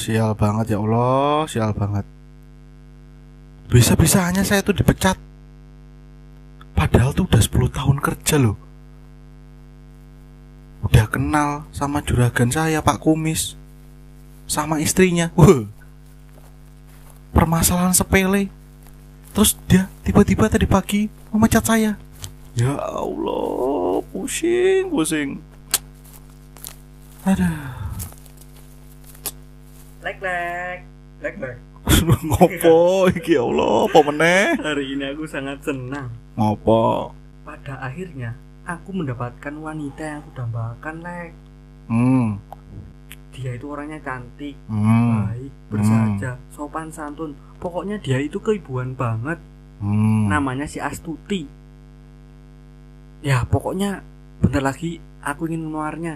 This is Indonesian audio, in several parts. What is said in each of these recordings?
sial banget ya Allah, sial banget. Bisa-bisanya saya tuh dipecat. Padahal tuh udah 10 tahun kerja loh. Udah kenal sama juragan saya Pak Kumis, sama istrinya. Permasalahan sepele. Terus dia tiba-tiba tadi pagi memecat saya. Ya Allah, pusing. Aduh. Lek. Ngopo iki ya Allah, apa meneh? Hari ini aku sangat senang. Ngopo? Pada akhirnya aku mendapatkan wanita yang aku dambakan, Lek. Dia itu orangnya cantik, baik, bersahaja, sopan santun. Pokoknya dia itu keibuan banget. Namanya si Astuti. Ya pokoknya bentar lagi aku ingin menawarnya.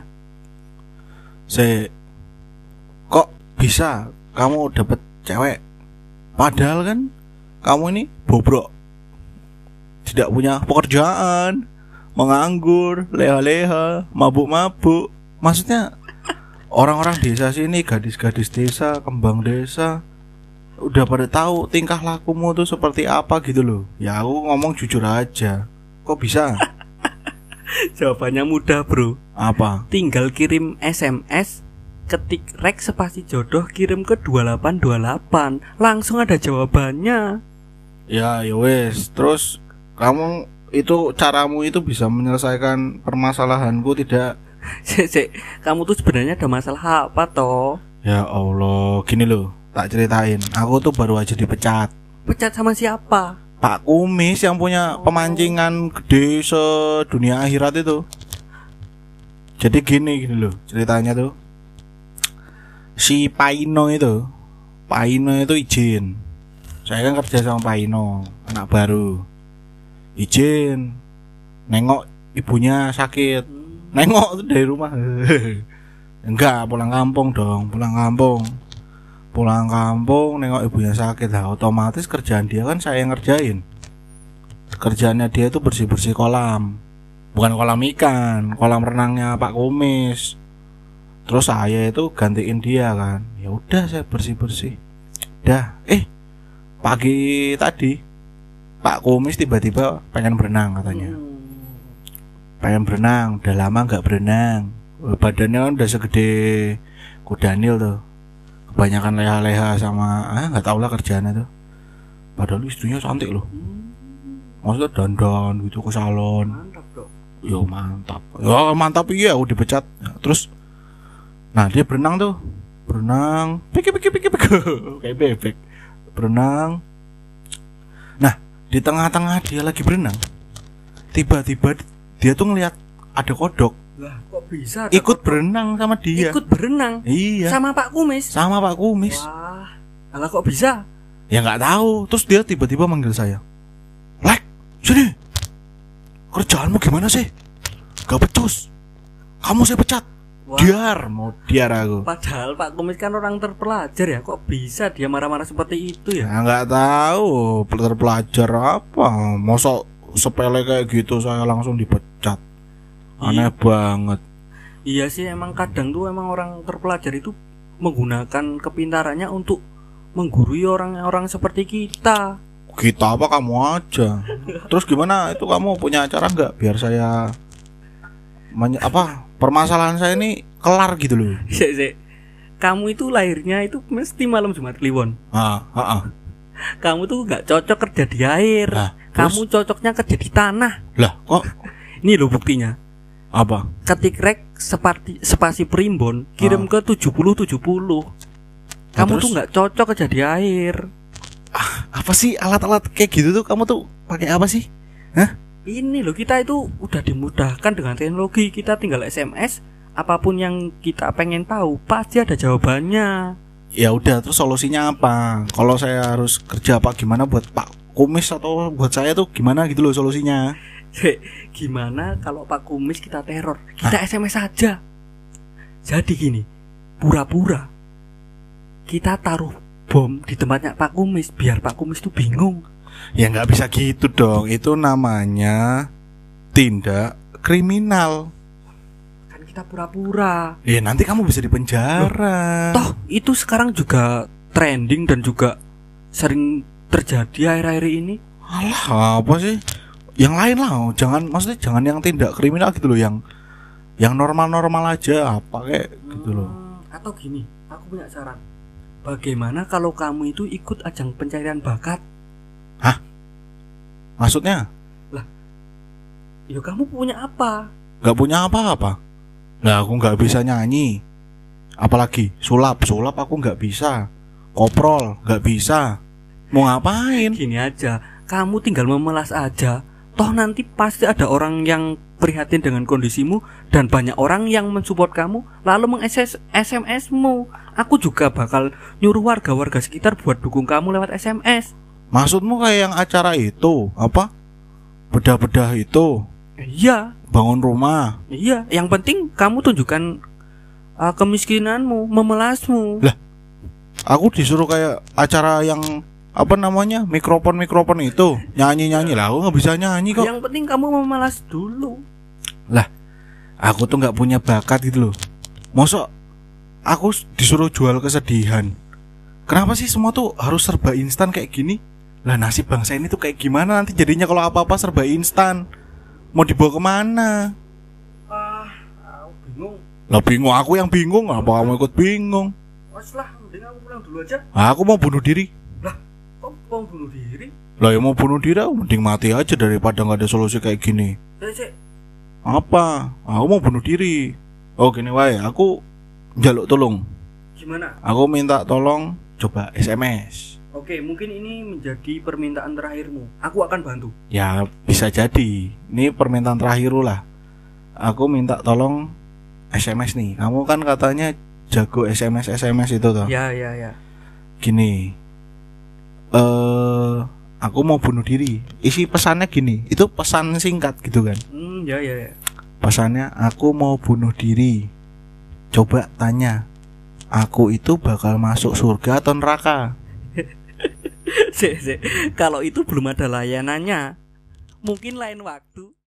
Kok bisa kamu dapet cewek? Padahal kan kamu ini bobrok, tidak punya pekerjaan, menganggur, leha-leha, mabuk-mabuk. Maksudnya orang-orang desa sini, gadis-gadis desa, kembang desa, udah pada tahu tingkah lakumu tuh seperti apa gitu loh. Ya aku ngomong jujur aja. Kok bisa? Jawabannya mudah, bro. Apa? Tinggal kirim SMS, ketik rek spasi jodoh, kirim ke 2828, langsung ada jawabannya. Ya wes. Terus kamu itu caramu itu bisa menyelesaikan permasalahanku tidak? Sik, kamu tuh sebenarnya ada masalah apa toh? Ya Allah, gini loh, tak ceritain. Aku tuh baru aja dipecat. Pecat sama siapa? Pak Kumis yang punya pemancingan gede sedunia akhirat itu. Jadi gini loh ceritanya tuh. Si Paino itu izin. Saya kan kerja sama Paino, anak baru. Izin nengok ibunya sakit. Nengok tuh dari rumah. Enggak, pulang kampung dong, pulang kampung nengok ibunya sakit. Lah otomatis kerjaan dia kan saya yang ngerjain. Kerjaannya dia itu bersih-bersih kolam. Bukan kolam ikan, kolam renangnya Pak Kumis. Terus saya itu gantiin dia kan. Ya udah saya bersih-bersih. Dah, pagi tadi Pak Kumis tiba-tiba pengen berenang katanya. Pengen berenang, udah lama enggak berenang. Badannya kan udah segede kudanil tuh. Kebanyakan leha-leha sama nggak tau lah kerjaannya tuh. Padahal istrinya cantik loh. Maksudnya dandan gitu ke salon. Mantap dong. Yo mantap. Ya mantap iya aku dipecat. Terus nah dia berenang tuh. Berenang. Pik. Kayak bebek. Berenang. Nah, di tengah-tengah dia lagi berenang. Tiba-tiba dia tuh ngeliat ada kodok. Lah kok bisa ikut berenang sama dia. Ikut berenang? Iya. Sama Pak Kumis? Sama Pak Kumis. Wah, lah kok bisa? Ya nggak tahu. Terus dia tiba-tiba manggil saya. Lek, sini. Kerjaanmu gimana sih? Gak becus. Kamu saya pecat. Wah. Mau diar aku. Padahal Pak Kumis kan orang terpelajar ya. Kok bisa dia marah-marah seperti itu ya? Ya nggak tahu. Terpelajar apa? Mosok sepele kayak gitu saya langsung dipecat. Aneh banget. Iya sih, emang kadang tuh emang orang terpelajar itu menggunakan kepintarannya untuk menggurui orang-orang seperti kita. Kita apa kamu aja. Terus gimana itu kamu punya acara nggak biar saya permasalahan saya ini kelar gitu loh. Sik. Kamu itu lahirnya itu mesti malam Jumat Kliwon. Kamu tuh nggak cocok kerja di air. Kamu cocoknya kerja di tanah. Lah kok? Ini loh buktinya. Apa? Ketik rek spasi primbon, kirim ke 7070. Kamu tuh nggak cocok kerja di air. Apa sih alat-alat kayak gitu tuh kamu tuh pakai apa sih? Hah? Ini loh, kita itu udah dimudahkan dengan teknologi. Kita tinggal SMS, apapun yang kita pengen tahu pasti ada jawabannya. Ya udah, terus solusinya apa? Kalau saya harus kerja apa gimana buat Pak Kumis atau buat saya tuh gimana gitu loh solusinya? Gimana kalau Pak Kumis kita teror? Kita SMS saja. Jadi gini, pura-pura kita taruh bom di tempatnya Pak Kumis biar Pak Kumis tuh bingung. Ya nggak bisa gitu dong. Itu namanya tindak kriminal. Kan kita pura-pura. Nanti kamu bisa dipenjara. Toh itu sekarang juga trending dan juga sering terjadi akhir-akhir ini. Alah, apa sih? Yang lain lah, maksudnya jangan yang tindak kriminal gitu loh, yang normal-normal aja, apa kayak gitu loh. Atau gini, aku punya saran. Bagaimana kalau kamu itu ikut ajang pencarian bakat? Hah? Maksudnya? Lah, ya kamu punya apa? Gak punya apa-apa. Lah aku gak bisa nyanyi. Apalagi sulap aku gak bisa. Koprol gak bisa. Mau ngapain? Gini aja, kamu tinggal memelas aja. Toh nanti pasti ada orang yang prihatin dengan kondisimu dan banyak orang yang mensupport kamu lalu meng-SMS-mu. Aku juga bakal nyuruh warga-warga sekitar buat dukung kamu lewat SMS. Maksudmu kayak yang acara itu, apa? Bedah-bedah itu. Iya. Bangun rumah. Iya, yang penting kamu tunjukkan kemiskinanmu, memelasmu. Lah, aku disuruh kayak acara yang apa namanya, mikrofon itu nyanyi lah, aku nggak bisa nyanyi kok. Yang penting kamu memelas dulu. Lah, aku tuh nggak punya bakat gitu loh. Mosok aku disuruh jual kesedihan. Kenapa sih semua tuh harus serba instan kayak gini? Lah nasib bangsa ini tuh kayak gimana nanti jadinya kalau apa-apa serba instan? Mau dibawa kemana? Aku bingung. Lah bingung, aku yang bingung. Apa kamu ikut bingung? Lah, mending aku pulang dulu aja. Aku mau bunuh diri. Mau bunuh diri? Lah ya mau bunuh diri, aku mending mati aja daripada nggak ada solusi kayak gini. Apa? Aku mau bunuh diri. Oh gini wae, aku njaluk tolong. Gimana? Aku minta tolong coba SMS. Oke, mungkin ini menjadi permintaan terakhirmu. Aku akan bantu. Ya bisa jadi. Ini permintaan terakhir lu lah. Aku minta tolong SMS nih. Kamu kan katanya jago SMS itu toh. Ya. Gini. Aku mau bunuh diri. Isi pesannya gini. Itu pesan singkat gitu kan. Ya. Pesannya, aku mau bunuh diri. Coba tanya, aku itu bakal masuk surga atau neraka? Kalau itu belum ada layanannya. Mungkin lain waktu.